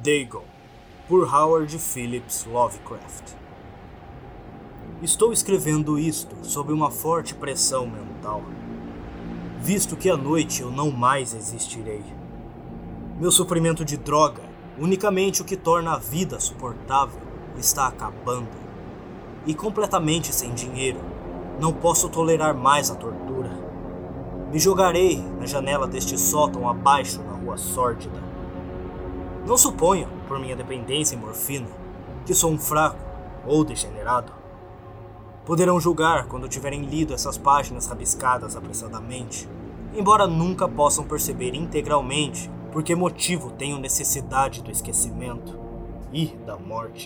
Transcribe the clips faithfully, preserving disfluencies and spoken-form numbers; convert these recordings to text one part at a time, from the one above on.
Dagon, por Howard Phillips Lovecraft. Estou escrevendo isto sob uma forte pressão mental, visto que à noite eu não mais existirei. Meu suprimento de droga, unicamente o que torna a vida suportável, está acabando. E completamente sem dinheiro, não posso tolerar mais a tortura. Me jogarei na janela deste sótão abaixo na rua sórdida. Não suponham, por minha dependência em morfina, que sou um fraco ou degenerado. Poderão julgar quando tiverem lido essas páginas rabiscadas apressadamente, embora nunca possam perceber integralmente por que motivo tenho necessidade do esquecimento e da morte.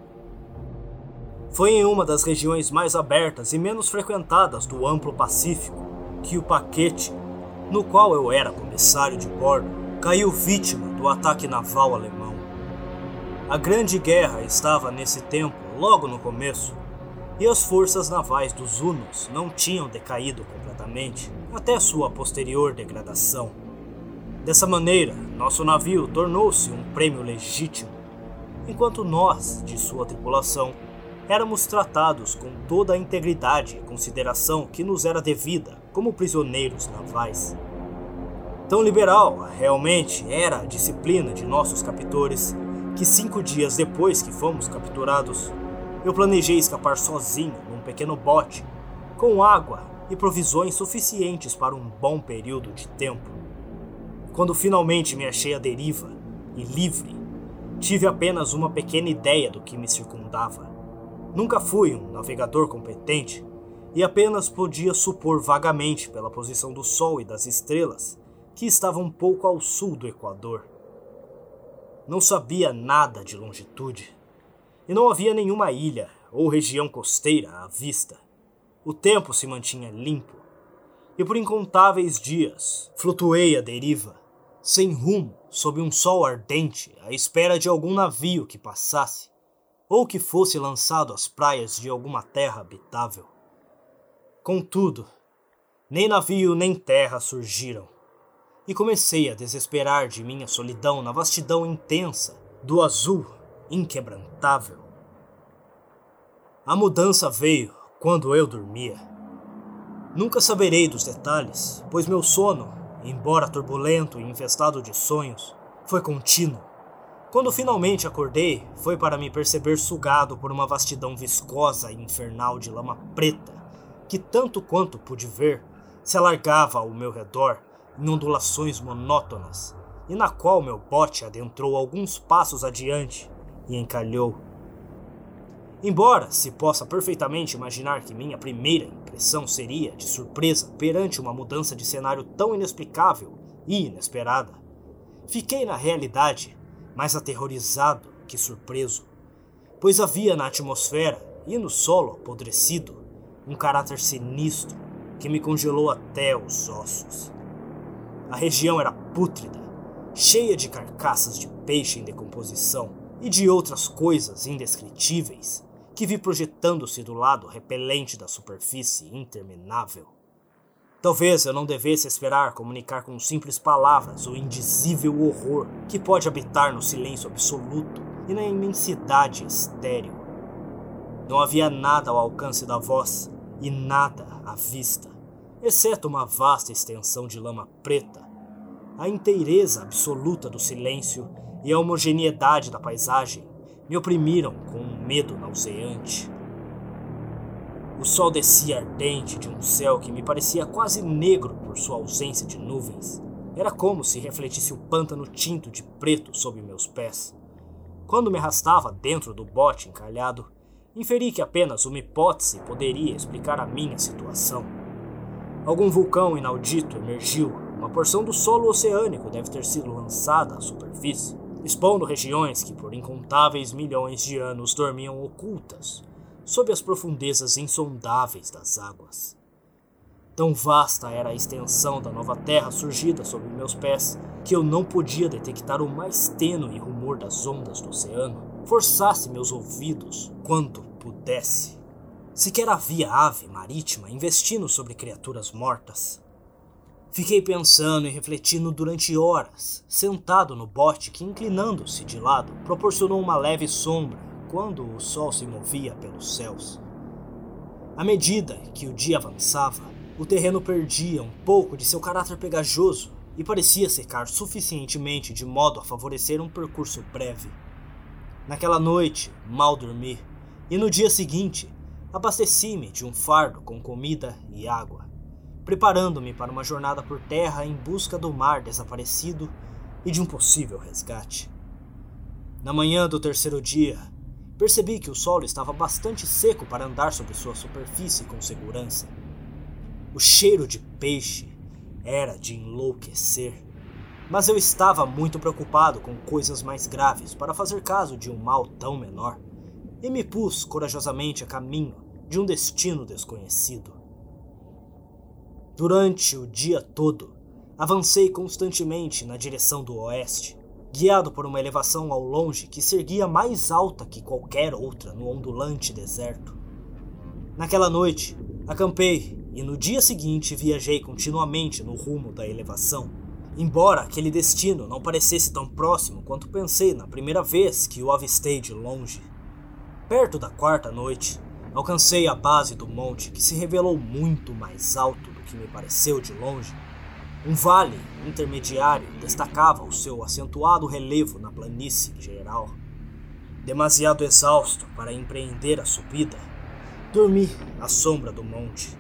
Foi em uma das regiões mais abertas e menos frequentadas do amplo Pacífico que o paquete, no qual eu era comissário de bordo, caiu vítima do ataque naval alemão. A Grande Guerra estava nesse tempo logo no começo, e as forças navais dos Hunos não tinham decaído completamente até sua posterior degradação. Dessa maneira, nosso navio tornou-se um prêmio legítimo, enquanto nós, de sua tripulação, éramos tratados com toda a integridade e consideração que nos era devida como prisioneiros navais. Tão liberal, realmente, era a disciplina de nossos captores, que cinco dias depois que fomos capturados, eu planejei escapar sozinho num pequeno bote, com água e provisões suficientes para um bom período de tempo. Quando finalmente me achei à deriva e livre, tive apenas uma pequena ideia do que me circundava. Nunca fui um navegador competente e apenas podia supor vagamente pela posição do Sol e das estrelas que estava um pouco ao sul do Equador. Não sabia nada de longitude e não havia nenhuma ilha ou região costeira à vista. O tempo se mantinha limpo e por incontáveis dias flutuei à deriva, sem rumo, sob um sol ardente, à espera de algum navio que passasse ou que fosse lançado às praias de alguma terra habitável. Contudo, nem navio nem terra surgiram, e comecei a desesperar de minha solidão na vastidão intensa do azul inquebrantável. A mudança veio quando eu dormia. Nunca saberei dos detalhes, pois meu sono, embora turbulento e infestado de sonhos, foi contínuo. Quando finalmente acordei, foi para me perceber sugado por uma vastidão viscosa e infernal de lama preta, que tanto quanto pude ver, se alargava ao meu redor em ondulações monótonas, e na qual meu bote adentrou alguns passos adiante e encalhou. Embora se possa perfeitamente imaginar que minha primeira impressão seria de surpresa perante uma mudança de cenário tão inexplicável e inesperada, fiquei na realidade mais aterrorizado que surpreso, pois havia na atmosfera e no solo apodrecido um caráter sinistro que me congelou até os ossos. A região era pútrida, cheia de carcaças de peixe em decomposição e de outras coisas indescritíveis que vi projetando-se do lado repelente da superfície interminável. Talvez eu não devesse esperar comunicar com simples palavras o indizível horror que pode habitar no silêncio absoluto e na imensidade estéril. Não havia nada ao alcance da voz e nada à vista, exceto uma vasta extensão de lama preta. A inteireza absoluta do silêncio e a homogeneidade da paisagem me oprimiram com um medo nauseante. O sol descia ardente de um céu que me parecia quase negro por sua ausência de nuvens. Era como se refletisse o pântano tinto de preto sob meus pés. Quando me arrastava dentro do bote encalhado, inferi que apenas uma hipótese poderia explicar a minha situação. Algum vulcão inaudito emergiu, uma porção do solo oceânico deve ter sido lançada à superfície, expondo regiões que por incontáveis milhões de anos dormiam ocultas sob as profundezas insondáveis das águas. Tão vasta era a extensão da nova terra surgida sob meus pés que eu não podia detectar o mais tênue rumor das ondas do oceano, forçasse meus ouvidos quanto pudesse. Sequer havia ave marítima investindo sobre criaturas mortas. Fiquei pensando e refletindo durante horas, sentado no bote que, inclinando-se de lado, proporcionou uma leve sombra quando o sol se movia pelos céus. À medida que o dia avançava, o terreno perdia um pouco de seu caráter pegajoso e parecia secar suficientemente de modo a favorecer um percurso breve. Naquela noite, mal dormi, e no dia seguinte, abasteci-me de um fardo com comida e água, preparando-me para uma jornada por terra em busca do mar desaparecido e de um possível resgate. Na manhã do terceiro dia, percebi que o solo estava bastante seco para andar sobre sua superfície com segurança. O cheiro de peixe era de enlouquecer, mas eu estava muito preocupado com coisas mais graves para fazer caso de um mal tão menor, e me pus corajosamente a caminho de um destino desconhecido. Durante o dia todo, avancei constantemente na direção do oeste, guiado por uma elevação ao longe que se erguia mais alta que qualquer outra no ondulante deserto. Naquela noite, acampei e no dia seguinte viajei continuamente no rumo da elevação, embora aquele destino não parecesse tão próximo quanto pensei na primeira vez que o avistei de longe. Perto da quarta noite, alcancei a base do monte que se revelou muito mais alto do que me pareceu de longe. Um vale intermediário destacava o seu acentuado relevo na planície geral. Demasiado exausto para empreender a subida, dormi à sombra do monte.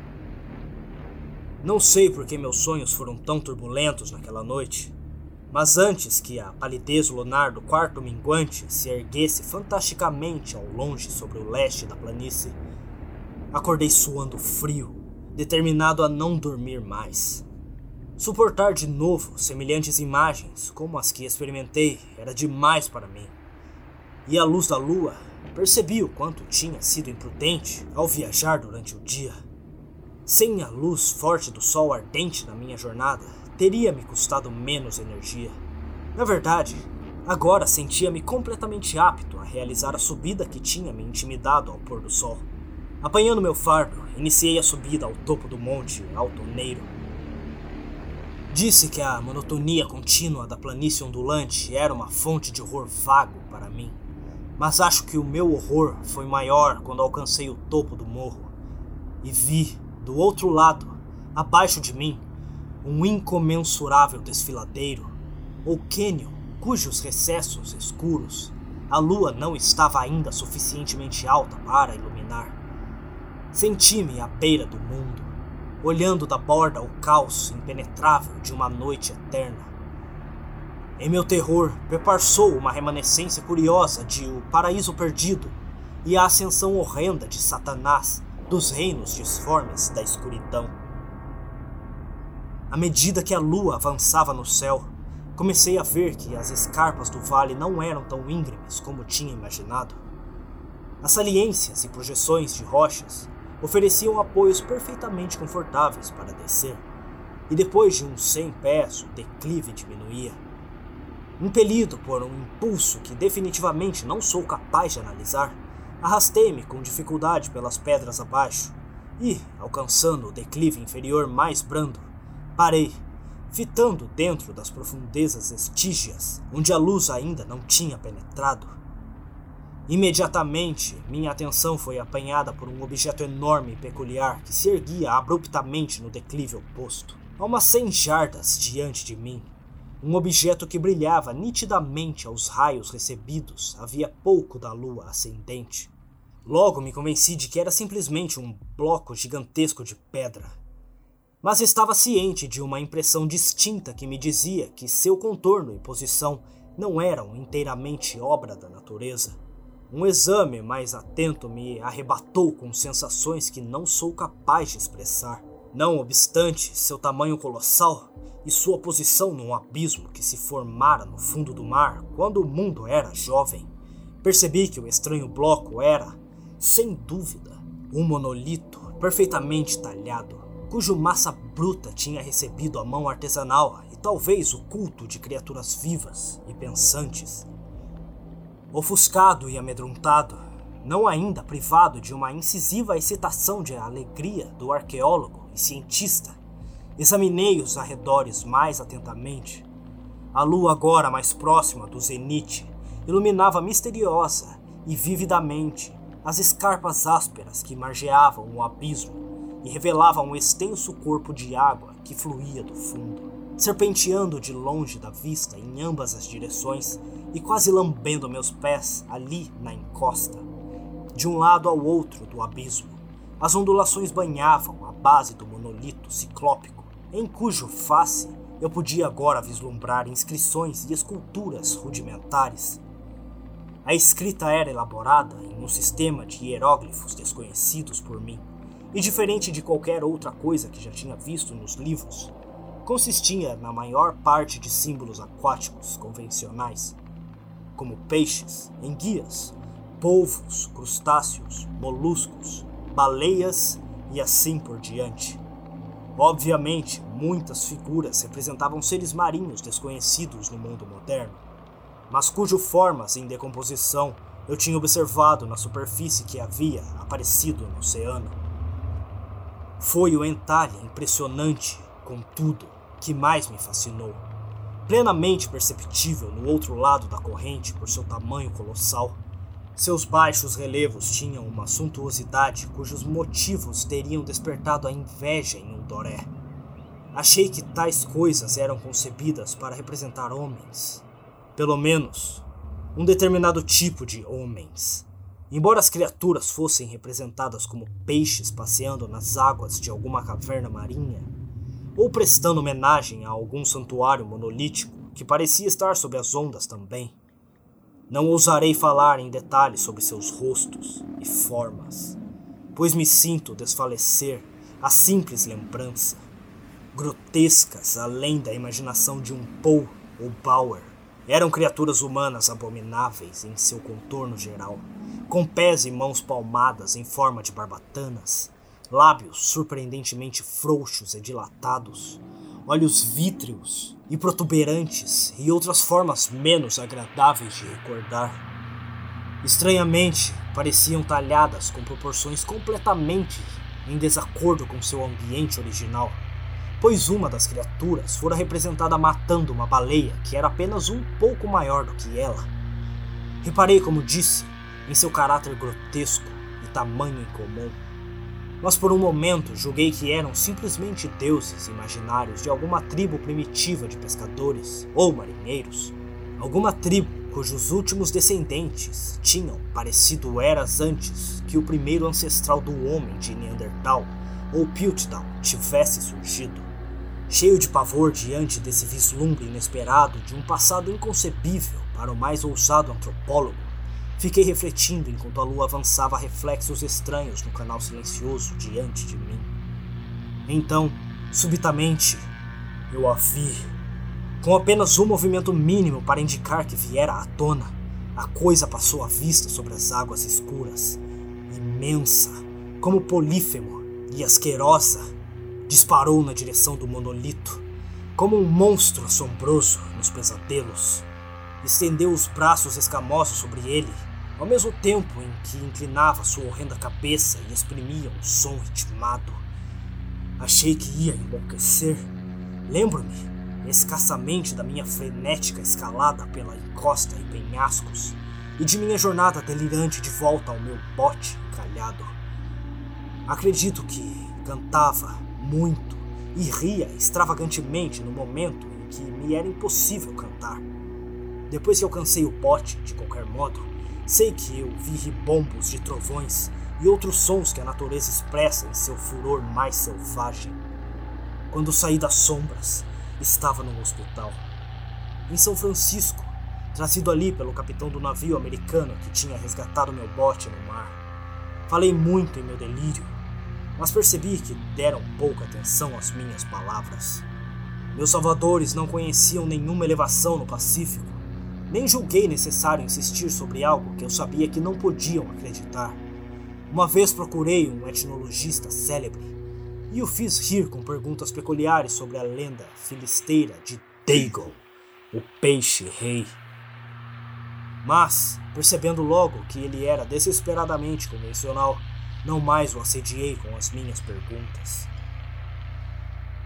Não sei por que meus sonhos foram tão turbulentos naquela noite, mas antes que a palidez lunar do quarto minguante se erguesse fantasticamente ao longe sobre o leste da planície, acordei suando frio, determinado a não dormir mais. Suportar de novo semelhantes imagens como as que experimentei era demais para mim. E à luz da lua, percebi o quanto tinha sido imprudente ao viajar durante o dia. Sem a luz forte do sol ardente na minha jornada, teria me custado menos energia. Na verdade, agora sentia-me completamente apto a realizar a subida que tinha me intimidado ao pôr do sol. Apanhando meu fardo, iniciei a subida ao topo do monte Altoneiro. Disse que a monotonia contínua da planície ondulante era uma fonte de horror vago para mim, mas acho que o meu horror foi maior quando alcancei o topo do morro e vi, do outro lado, abaixo de mim, um incomensurável desfiladeiro, ou cânion, cujos recessos escuros a lua não estava ainda suficientemente alta para iluminar. Senti-me à beira do mundo, olhando da borda o caos impenetrável de uma noite eterna. Em meu terror, perpassou uma remanescência curiosa de O Paraíso Perdido e a ascensão horrenda de Satanás dos reinos disformes da escuridão. À medida que a lua avançava no céu, comecei a ver que as escarpas do vale não eram tão íngremes como tinha imaginado. As saliências e projeções de rochas ofereciam apoios perfeitamente confortáveis para descer, e depois de uns cem pés o declive diminuía. Impelido por um impulso que definitivamente não sou capaz de analisar, arrastei-me com dificuldade pelas pedras abaixo e, alcançando o declive inferior mais brando, parei, fitando dentro das profundezas estígias, onde a luz ainda não tinha penetrado. Imediatamente, minha atenção foi apanhada por um objeto enorme e peculiar que se erguia abruptamente no declive oposto, a umas cem jardas diante de mim. Um objeto que brilhava nitidamente aos raios recebidos havia pouco da lua ascendente. Logo me convenci de que era simplesmente um bloco gigantesco de pedra. Mas estava ciente de uma impressão distinta que me dizia que seu contorno e posição não eram inteiramente obra da natureza. Um exame mais atento me arrebatou com sensações que não sou capaz de expressar. Não obstante seu tamanho colossal e sua posição num abismo que se formara no fundo do mar quando o mundo era jovem, percebi que o estranho bloco era, sem dúvida, um monolito perfeitamente talhado, cuja massa bruta tinha recebido a mão artesanal e talvez o culto de criaturas vivas e pensantes. Ofuscado e amedrontado, não ainda privado de uma incisiva excitação de alegria do arqueólogo e cientista, Examinei os arredores mais atentamente. A lua, agora mais próxima do zenite, iluminava misteriosa e vividamente as escarpas ásperas que margeavam o abismo e revelavam um extenso corpo de água que fluía do fundo, serpenteando de longe da vista em ambas as direções e quase lambendo meus pés ali na encosta. De um lado ao outro do abismo, as ondulações banhavam a base do monolito ciclópico, em cujo face eu podia agora vislumbrar inscrições e esculturas rudimentares. A escrita era elaborada em um sistema de hieróglifos desconhecidos por mim, e diferente de qualquer outra coisa que já tinha visto nos livros, consistia na maior parte de símbolos aquáticos convencionais, como peixes, enguias, polvos, crustáceos, moluscos, baleias e assim por diante. Obviamente, muitas figuras representavam seres marinhos desconhecidos no mundo moderno, mas cujas formas em decomposição eu tinha observado na superfície que havia aparecido no oceano. Foi o entalhe impressionante, contudo, que mais me fascinou, plenamente perceptível no outro lado da corrente por seu tamanho colossal. Seus baixos relevos tinham uma suntuosidade cujos motivos teriam despertado a inveja em um doré. Achei que tais coisas eram concebidas para representar homens. Pelo menos, um determinado tipo de homens. Embora as criaturas fossem representadas como peixes passeando nas águas de alguma caverna marinha, ou prestando homenagem a algum santuário monolítico que parecia estar sob as ondas também. Não ousarei falar em detalhes sobre seus rostos e formas, pois me sinto desfalecer a simples lembrança, grotescas além da imaginação de um Poe ou Bauer. Eram criaturas humanas abomináveis em seu contorno geral, com pés e mãos palmadas em forma de barbatanas, lábios surpreendentemente frouxos e dilatados, olhos vítreos e protuberantes e outras formas menos agradáveis de recordar. Estranhamente, pareciam talhadas com proporções completamente em desacordo com seu ambiente original, pois uma das criaturas fora representada matando uma baleia que era apenas um pouco maior do que ela. Reparei, como disse, em seu caráter grotesco e tamanho incomum, mas por um momento julguei que eram simplesmente deuses imaginários de alguma tribo primitiva de pescadores ou marinheiros, alguma tribo cujos últimos descendentes tinham parecido eras antes que o primeiro ancestral do homem de Neandertal ou Piltdown tivesse surgido. Cheio de pavor diante desse vislumbre inesperado de um passado inconcebível para o mais ousado antropólogo, fiquei refletindo enquanto a lua avançava reflexos estranhos no canal silencioso diante de mim. Então, subitamente, eu a vi. Com apenas um movimento mínimo para indicar que viera à tona, a coisa passou à vista sobre as águas escuras, imensa, como Polífemo, e asquerosa. Disparou na direção do monolito, como um monstro assombroso nos pesadelos. Estendeu os braços escamosos sobre ele, ao mesmo tempo em que inclinava sua horrenda cabeça e exprimia um som ritmado. Achei que ia enlouquecer. Lembro-me escassamente da minha frenética escalada pela encosta e penhascos, e de minha jornada delirante de volta ao meu bote encalhado. Acredito que cantava muito e ria extravagantemente no momento em que me era impossível cantar. Depois que alcancei o bote, de qualquer modo, sei que eu vi ribombos de trovões e outros sons que a natureza expressa em seu furor mais selvagem. Quando saí das sombras, estava no hospital, em São Francisco, trazido ali pelo capitão do navio americano que tinha resgatado meu bote no mar. Falei muito em meu delírio, mas percebi que deram pouca atenção às minhas palavras. Meus salvadores não conheciam nenhuma elevação no Pacífico, nem julguei necessário insistir sobre algo que eu sabia que não podiam acreditar. Uma vez procurei um etnologista célebre e o fiz rir com perguntas peculiares sobre a lenda filisteira de Dagon, o peixe-rei. Mas, percebendo logo que ele era desesperadamente convencional, não mais o assediei com as minhas perguntas.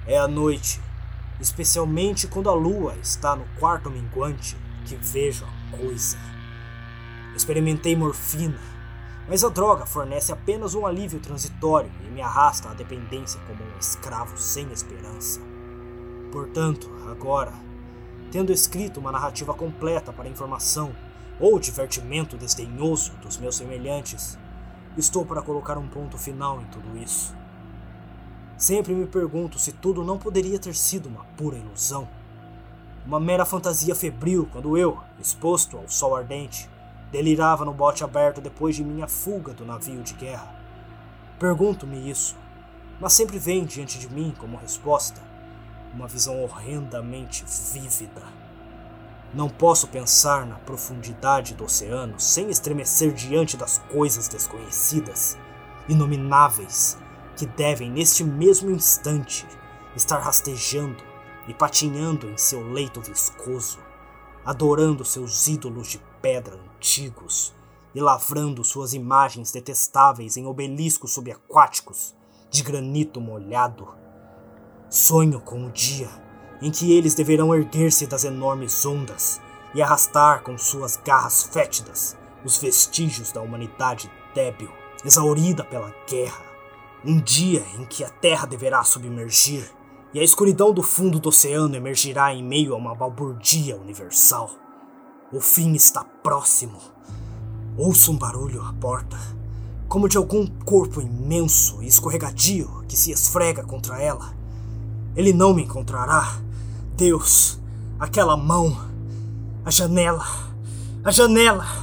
É a noite, especialmente quando a lua está no quarto minguante, que vejo a coisa. Experimentei morfina, mas a droga fornece apenas um alívio transitório e me arrasta à dependência como um escravo sem esperança. Portanto, agora, tendo escrito uma narrativa completa para informação ou divertimento desdenhoso dos meus semelhantes, estou para colocar um ponto final em tudo isso. Sempre me pergunto se tudo não poderia ter sido uma pura ilusão, uma mera fantasia febril quando eu, exposto ao sol ardente, delirava no bote aberto depois de minha fuga do navio de guerra. Pergunto-me isso, mas sempre vem diante de mim como resposta uma visão horrendamente vívida. Não posso pensar na profundidade do oceano sem estremecer diante das coisas desconhecidas, inomináveis, que devem neste mesmo instante estar rastejando e patinhando em seu leito viscoso, adorando seus ídolos de pedra antigos e lavrando suas imagens detestáveis em obeliscos subaquáticos de granito molhado. Sonho com o dia em que eles deverão erguer-se das enormes ondas e arrastar com suas garras fétidas os vestígios da humanidade débil, exaurida pela guerra. Um dia em que a terra deverá submergir e a escuridão do fundo do oceano emergirá em meio a uma balbúrdia universal. O fim está próximo. Ouço um barulho à porta, como de algum corpo imenso e escorregadio que se esfrega contra ela. Ele não me encontrará. Deus, aquela mão, a janela, a janela...